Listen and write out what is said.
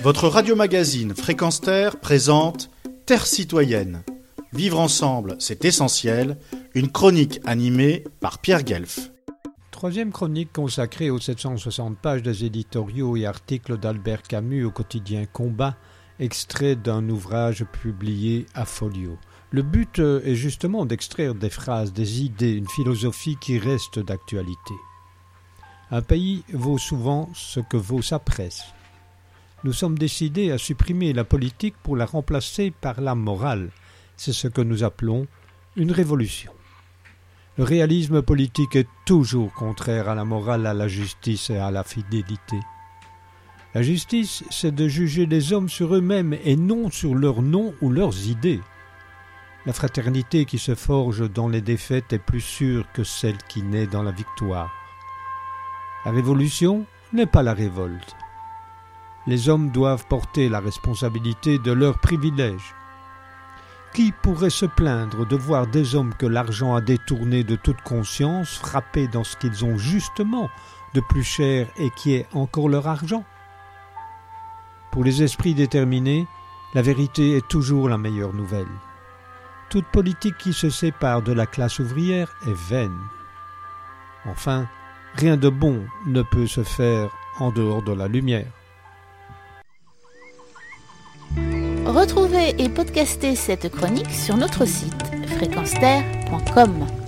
Votre radio-magazine Fréquence Terre présente Terre citoyenne. Vivre ensemble, c'est essentiel. Une chronique animée par Pierre Guelf. Troisième chronique consacrée aux 760 pages des éditoriaux et articles d'Albert Camus au quotidien Combat, extrait d'un ouvrage publié à Folio. Le but est justement d'extraire des phrases, des idées, une philosophie qui reste d'actualité. Un pays vaut souvent ce que vaut sa presse. Nous sommes décidés à supprimer la politique pour la remplacer par la morale. C'est ce que nous appelons une révolution. Le réalisme politique est toujours contraire à la morale, à la justice et à la fidélité. La justice, c'est de juger les hommes sur eux-mêmes et non sur leurs noms ou leurs idées. La fraternité qui se forge dans les défaites est plus sûre que celle qui naît dans la victoire. La révolution n'est pas la révolte. Les hommes doivent porter la responsabilité de leurs privilèges. Qui pourrait se plaindre de voir des hommes que l'argent a détournés de toute conscience frapper dans ce qu'ils ont justement de plus cher et qui est encore leur argent ? Pour les esprits déterminés, la vérité est toujours la meilleure nouvelle. Toute politique qui se sépare de la classe ouvrière est vaine. Enfin, rien de bon ne peut se faire en dehors de la lumière. Retrouvez et podcastez cette chronique sur notre site fréquenceterre.com.